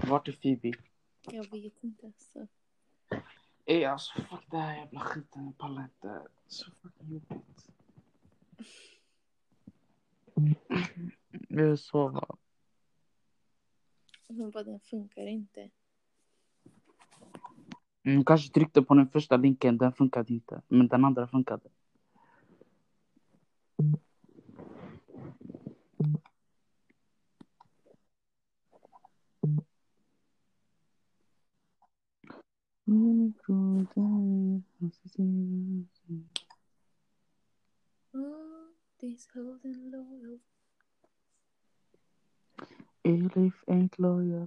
Vart är Phoebe? Jag vet inte. Så. Alltså fuck det här jävla skiten. Jag pallar inte. Så fucking jobbigt. Jag vill sova. Hon bara, den funkar inte. Kanske tryckte på den första länken. Den funkade inte. Men den andra funkade. Oh, this holding low. Elif ain't loyal.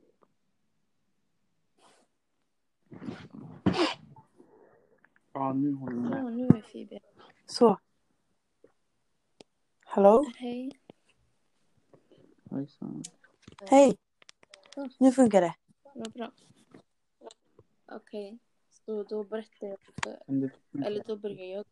Ja, nu håller jag med. Ja, nu är Phoebe. Så. Hallå? Hej. Hejsan. Hej. Nu funkar det. Vad bra. Okej. Så då berättar jag för... Kan du- Eller då börjar jag.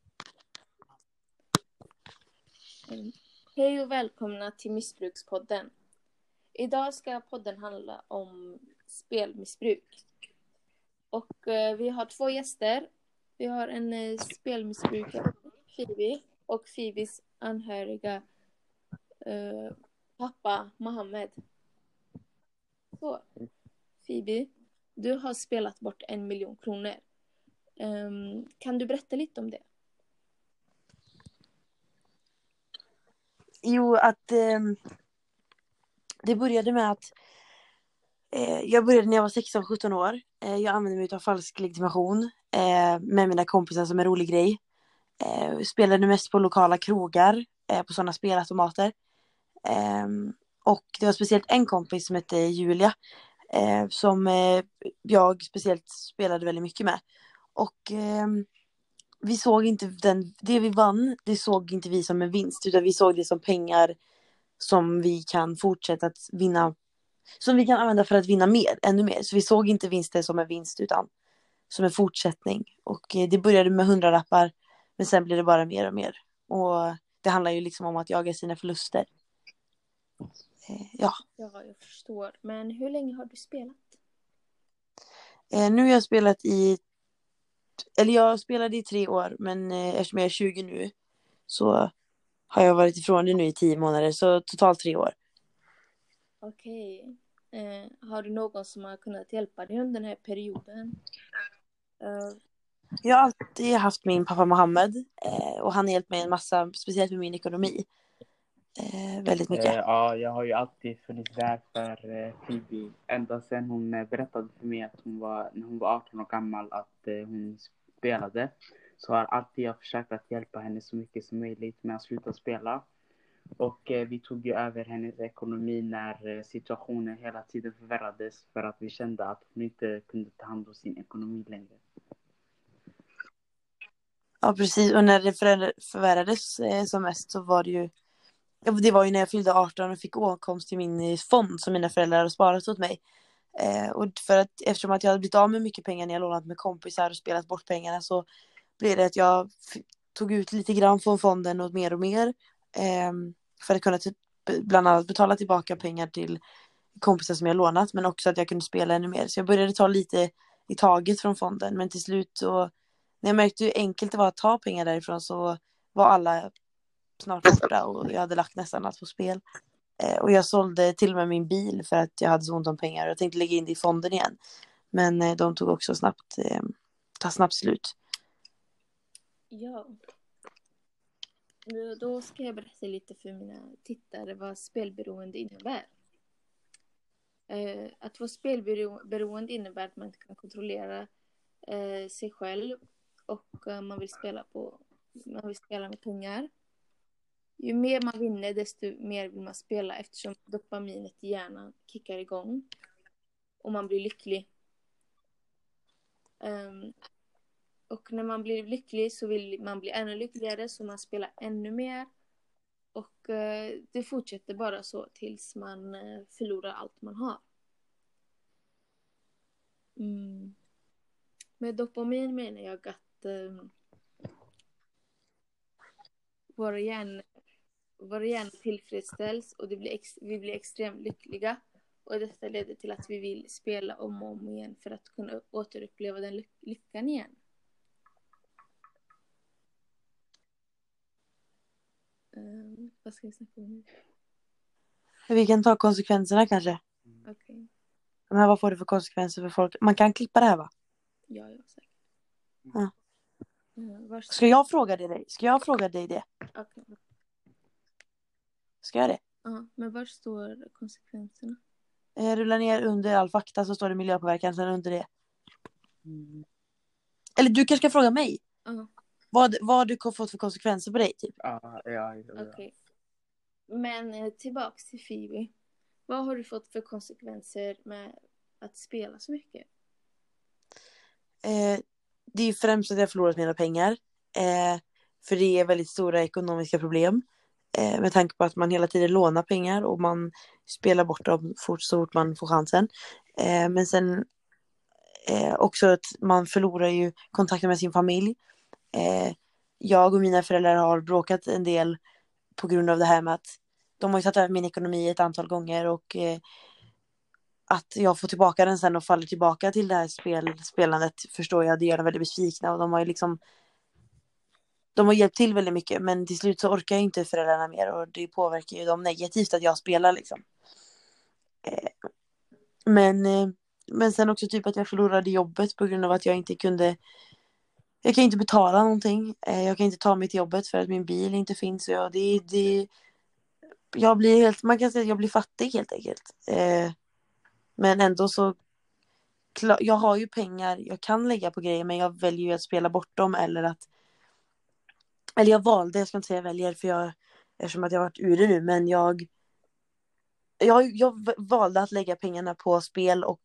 Hej och välkomna till Missbrukspodden. Idag ska podden handla om spelmissbruk. Och vi har 2 gäster. Vi har en spelmissbrukare, Phoebe, och Phoebes anhöriga pappa, Mohammed. Så, Phoebe, du har spelat bort 1 miljon kronor. Kan du berätta lite om det? Jo, att det började med att jag började när jag var 16-17 år. Jag använde mig av falsk legitimation med mina kompisar som en rolig grej. Spelade mest på lokala krogar, på sådana spelautomater. Och det var speciellt en kompis som hette Julia som jag speciellt spelade väldigt mycket med. Och vi såg inte det vi vann, det såg inte vi som en vinst, utan vi såg det som pengar som vi kan fortsätta att vinna, som vi kan använda för att vinna ännu mer. Så vi såg inte vinsten som en vinst utan som en fortsättning. Och det började med 100-lappar, men sen blev det bara mer och mer. Och det handlar ju liksom om att jaga sina förluster. Ja. Ja, jag förstår. Men hur länge har du spelat? Nu har jag spelat jag spelade i 3 år, men eftersom jag är 20 nu så har jag varit ifrån det nu i 10 månader, så totalt 3 år. Okej. Har du någon som har kunnat hjälpa dig under den här perioden? Jag har alltid haft min pappa Mohammed och han har hjälpt mig en massa, speciellt med min ekonomi. Väldigt mycket. Ja, jag har ju alltid funnits där för Phoebe. Ända sedan hon berättade för mig att när hon var 18 år gammal att hon spelade. Så har alltid jag försökt att hjälpa henne så mycket som möjligt med att sluta spela. Och vi tog ju över hennes ekonomi när situationen hela tiden förvärrades. För att vi kände att hon inte kunde ta hand om sin ekonomi längre. Ja, precis. Och när det förvärrades som mest så var det ju... Det var ju när jag fyllde 18 och fick åtkomst till min fond som mina föräldrar hade sparat åt mig. Och eftersom att jag hade blivit av med mycket pengar när jag lånat med kompisar och spelat bort pengarna, så blev det att jag tog ut lite grann från fonden och mer. För att kunna bland annat betala tillbaka pengar till kompisar som jag lånat, men också att jag kunde spela ännu mer. Så jag började ta lite i taget från fonden, men till slut så, när jag märkte hur enkelt det var att ta pengar därifrån, så var alla snart borta och jag hade lagt nästan allt på spel. Och jag sålde till och med min bil för att jag hade så ont om pengar och jag tänkte lägga in det i fonden igen. Men de tog också snabbt slut. Ja. Då ska jag berätta lite för mina tittare vad spelberoende innebär. Att vara spelberoende innebär att man inte kan kontrollera sig själv och man vill spela med pengar. Ju mer man vinner, desto mer vill man spela, eftersom dopaminet i hjärnan kickar igång och man blir lycklig. Och när man blir lycklig så vill man bli ännu lyckligare, så man spelar ännu mer. Och det fortsätter bara så tills man förlorar allt man har. Med dopamin menar jag att våra hjärnor tillfredsställs och vi blir extremt lyckliga. Och detta leder till att vi vill spela om och om igen för att kunna återuppleva den lyckan igen. Vad ska vi snacka om nu? Vi kan ta konsekvenserna kanske. Okej. Men vad får det för konsekvenser för folk? Man kan klippa det här, va? Ja, säkert. Ja. Varsågod. Ska jag fråga dig det? Okej. Ska jag det? Ja, men var står konsekvenserna? Rulla ner under all fakta så står det miljöpåverkan sen under det. Eller du kanske ska fråga mig. Ja. Vad har du fått för konsekvenser på dig typ? Ja. Okej. Men tillbaks till Phoebe. Vad har du fått för konsekvenser med att spela så mycket? Det är ju främst att jag har förlorat mina pengar. För det är väldigt stora ekonomiska problem. Med tanke på att man hela tiden lånar pengar och man spelar bort dem så fort man får chansen. Men sen också att man förlorar ju kontakten med sin familj. Jag och mina föräldrar har bråkat en del på grund av det här med att de har ju satt över min ekonomi ett antal gånger och att jag får tillbaka den sen och faller tillbaka till det här spelandet förstår jag, det gör dem väldigt besvikna och de har ju liksom de har hjälpt till väldigt mycket men till slut så orkar jag inte föräldrarna mer och det påverkar ju dem negativt att jag spelar liksom. Men sen också typ att jag förlorade jobbet på grund av att jag kan inte betala någonting. Jag kan inte ta mig till jobbet för att min bil inte finns. Jag blir helt, man kan säga att jag blir fattig helt enkelt. Men ändå så jag har ju pengar jag kan lägga på grejer men jag väljer ju att spela bort dem eller jag valde, jag ska inte säga väljer eftersom att jag har varit ur det nu men jag valde att lägga pengarna på spel och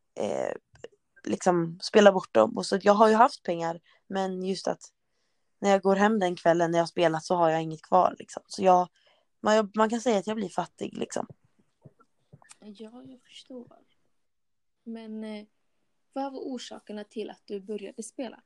liksom spela bort dem och så att jag har ju haft pengar men just att när jag går hem den kvällen när jag har spelat så har jag inget kvar liksom. Så man kan säga att jag blir fattig liksom. Ja, jag förstår. Men vad var orsakerna till att du började spela?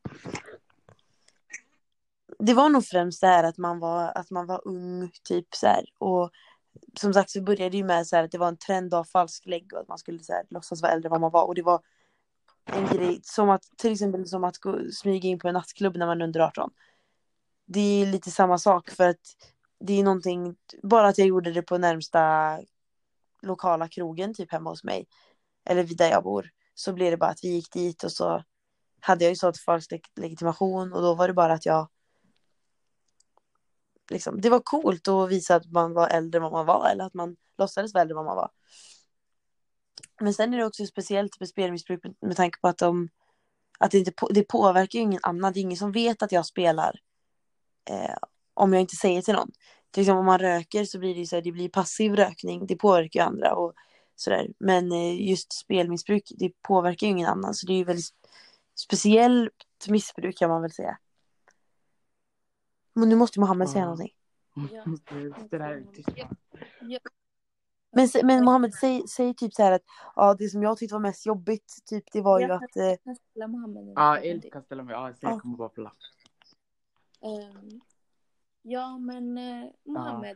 Det var nog främst det här att man var ung typ så här och som sagt så började det ju med så här att det var en trend av falsk lägg och att man skulle så här låtsas vara äldre än vad man var och det var en grej som att till exempel som att smyga in på en nattklubb när man är under 18. Det är lite samma sak för att det är någonting bara att jag gjorde det på närmsta lokala krogen typ hemma hos mig eller där jag bor så blev det bara att vi gick dit och så hade jag ju sålt falsk legitimation och då var det bara att jag liksom, det var coolt att visa att man var äldre än vad man var eller att man låtsades vara äldre än vad man var. Men sen är det också speciellt med spelmissbruk med tanke på att det påverkar ju ingen annan. Det är ingen som vet att jag spelar om jag inte säger till någon. Till exempel om man röker så blir det så här, det blir passiv rökning. Det påverkar ju andra och sådär. Men just spelmissbruk, det påverkar ju ingen annan. Så det är ju väldigt speciellt missbruk kan man väl säga. Men nu måste Mohammed säga någonting. Ja. Det där är tyst. Ja. Men Mohammed, säg typ så här att ja, det som jag tyckte var mest jobbigt typ det var ju att Jag kan ställa Mohammed nu. Ja, Eld kan ställa mig. Ja, jag kommer bara på plats. Ja, men Mohammed,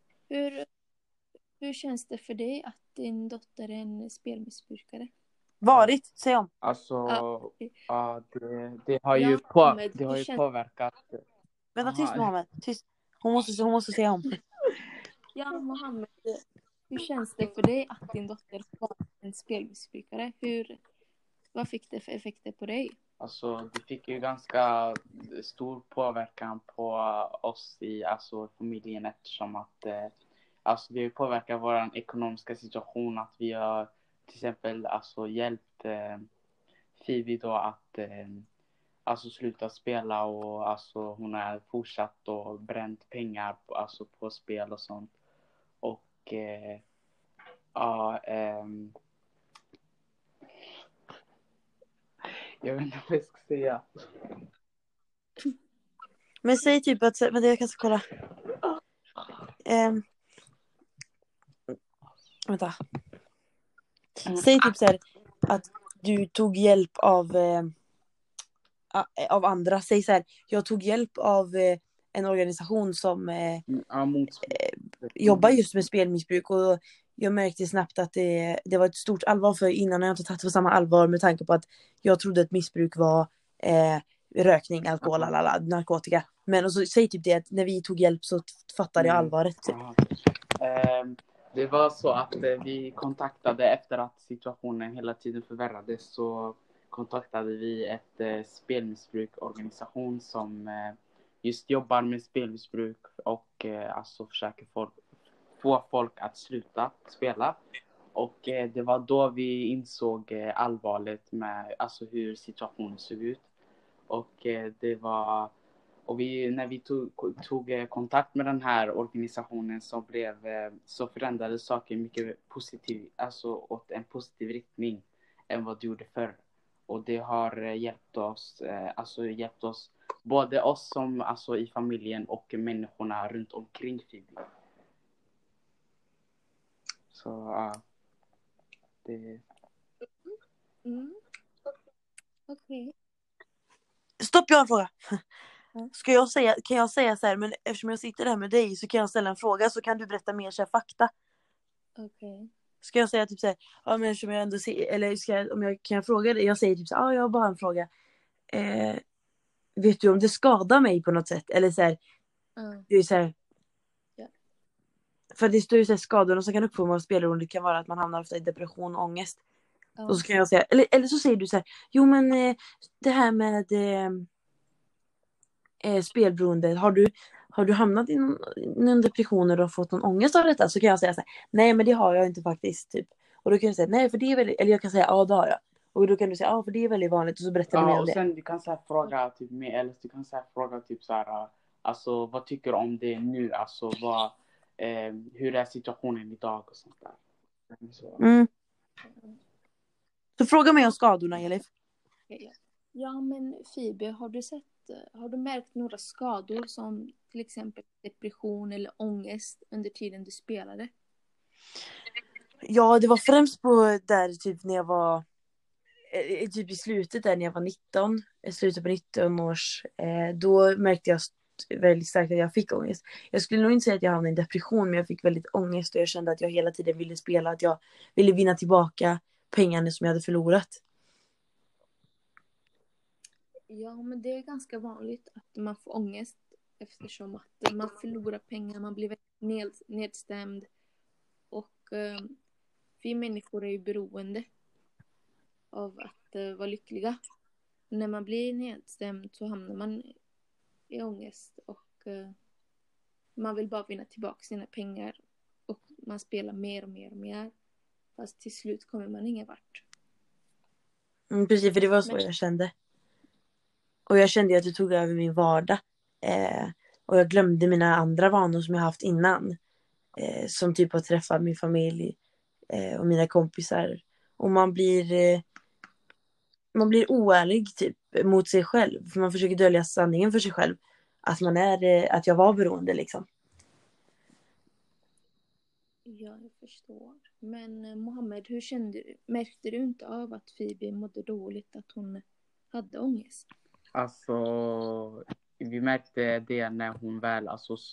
hur känns det för dig att din dotter är en spelmissbrukare? Varit, säg om. Alltså, Ja. det har ju Mohammed, det har ju påverkat. Vänta, tyst Mohammed, tyst. Hon måste säga om. Ja, Mohammed, hur känns det för dig att din dotter var en spelmissbrukare? Vad fick det för effekter på dig? Alltså, det fick ju ganska stor påverkan på oss i familjen eftersom att alltså det påverkar vår ekonomiska situation att vi har till exempel hjälpt Phoebe då att sluta spela och hon har fortsatt och bränt pengar på spel och sånt och jag vet inte vad jag ska säga. Men säg typ att men jag kan kolla. Vänta. Säg typ så här att du tog hjälp av andra. Säg så här, jag tog hjälp av en organisation som jobbar just med spelmissbruk, och jag märkte snabbt att det var ett stort allvar, för innan har jag inte tagit det på samma allvar, med tanke på att jag trodde att missbruk var rökning, alkohol, narkotika. Men och så säger typ det att när vi tog hjälp så fattade jag allvaret. Typ. Det var så att vi kontaktade, efter att situationen hela tiden förvärrades, så kontaktade vi ett spelmissbrukorganisation som just jobbar med spelmissbruk och alltså försöker få folk att sluta spela. Och det var då vi insåg allvarligt med alltså hur situationen såg ut. Och det var... Och när vi tog kontakt med den här organisationen så förändrades saker mycket positivt, alltså åt en positiv riktning än vad det gjorde förr. Och det har hjälpt oss, både oss som alltså i familjen och människorna runt omkring Phoebe. Så det... Okej. Stopp, jag har en fråga. Kan jag säga så här, men eftersom jag sitter här med dig så kan jag ställa en fråga, så kan du berätta mer så här fakta. Okej. Ska jag säga typ så här, ja men eftersom jag ändå eller kan jag fråga dig, jag säger typ så här, ja jag har bara en fråga. Vet du om det skadar mig på något sätt, eller så här, det är så här, för det står ju så här, skadorna som kan uppkomma av spelberoende kan vara att man hamnar ofta i depression och ångest. Och så kan jag säga, eller så säger du så här, jo men det här med spelberoende, har du hamnat i någon depression och du har fått någon ångest av detta? Så kan jag säga så här, nej men det har jag inte faktiskt typ. Och då kan du säga, nej för det är väldigt, eller jag kan säga, ja det har jag. Och då kan du säga, ja för det är väldigt vanligt, och så berättar du mer om det. Och sen du kan så här fråga typ mer, eller du kan så här fråga typ så här, alltså vad tycker du om det nu, alltså hur är situationen idag och sånt där. Så fråga mig om skadorna, Elif. Ja men Phoebe, har du märkt några skador som till exempel depression eller ångest under tiden du spelade? Ja, det var främst på där typ när jag var typ i slutet där när jag var 19, slutet på 19 års, då märkte jag väldigt starkt att jag fick ångest. Jag skulle nog inte säga att jag hamnade i en depression, men jag fick väldigt ångest och jag kände att jag hela tiden ville spela, att jag ville vinna tillbaka pengarna som jag hade förlorat. Ja, men det är ganska vanligt att man får ångest eftersom att man förlorar pengar, man blir väldigt nedstämd, och vi människor är ju beroende av att vara lyckliga. När man blir nedstämd så hamnar man i ångest och man vill bara vinna tillbaka sina pengar och man spelar mer och mer och mer. Fast till slut kommer man ingen vart. Precis, för det var så jag kände. Och jag kände att du tog över min vardag. Och jag glömde mina andra vanor som jag haft innan. Som typ att träffa min familj och mina kompisar. Och man blir oärlig typ mot sig själv. För man försöker dölja sanningen för sig själv. Att jag var beroende liksom. Ja, jag förstår. Men Mohammed, märkte du inte av att Phoebe mådde dåligt, att hon hade ångest? Alltså, vi märkte det när hon väl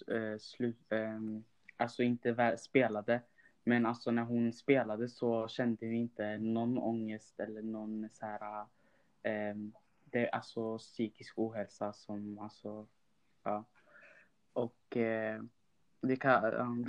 inte väl spelade. Men alltså när hon spelade så kände vi inte någon ångest eller någon så här det alltså psykisk ohälsa som alltså ja. Och det kan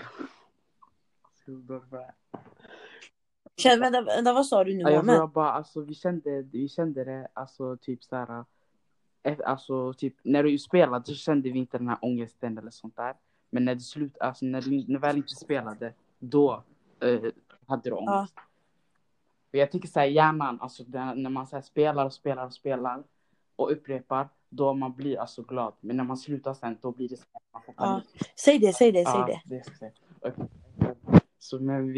Vänta, vad sa du nu? Jag bara, alltså vi kände det alltså typ så här. Alltså typ när du spelade så kände vi inte den här ångesten eller sånt där. Men när du väl inte spelade, då hade du ångest. Och jag tycker så här, hjärnan, alltså när man så här spelar och upprepar, då man blir alltså glad. Men när man slutar sen, då blir det så här, man får panik. Säg det. Det ska jag säga. Okay. Så men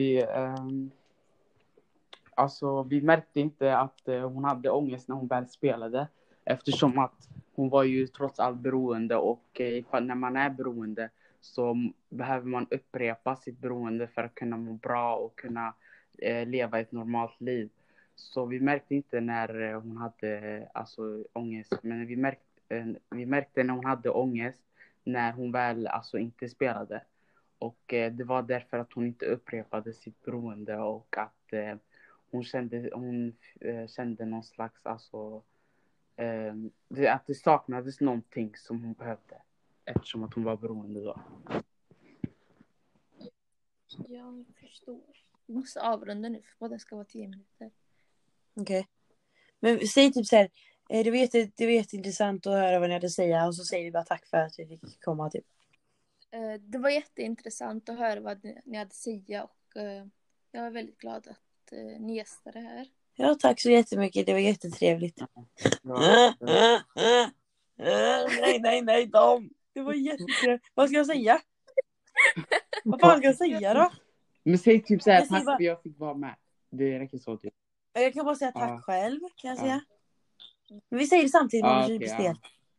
vi märkte inte att hon hade ångest när hon väl spelade. Eftersom att hon var ju trots allt beroende, och när man är beroende så behöver man upprepa sitt beroende för att kunna må bra och kunna leva ett normalt liv. Så vi märkte inte när hon hade ångest, men vi märkte när hon hade ångest när hon väl inte spelade. Och det var därför att hon inte upprepade sitt beroende och att hon kände någon slags, alltså, att det saknades någonting som hon behövde. Eftersom att hon var beroende då. Jag förstår. Vi måste avrunda nu för podden ska vara 10 minuter. Okej. Men säg typ så här. Det var jätteintressant att höra vad ni hade att säga. Och så säger vi bara tack för att vi fick komma typ. Det var jätteintressant att höra vad ni hade att säga. Och jag är väldigt glad att ni gästade här. Ja, tack så jättemycket. Det var jättetrevligt. Ja. Nej, Tom. Det var jättetrevligt. Vad ska jag säga? Vad fan ska jag säga då? Men säg typ så här, Jag säger tack bara- för att jag fick vara med. Det räcker så typ. Jag kan bara säga tack Ja. själv, kan jag Ja. säga. Men vi säger det samtidigt, man blir okej, stel.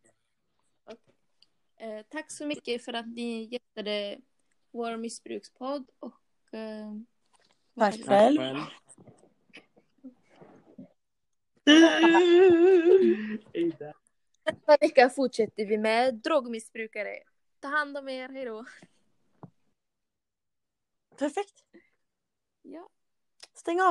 Tack så mycket för att ni gästade vår missbrukspodd. Och Tack Tack själv. Ida. nästa vecka fortsätter vi med drogmissbrukare. Ta hand om er, hej då. Perfekt. Ja. Stäng av.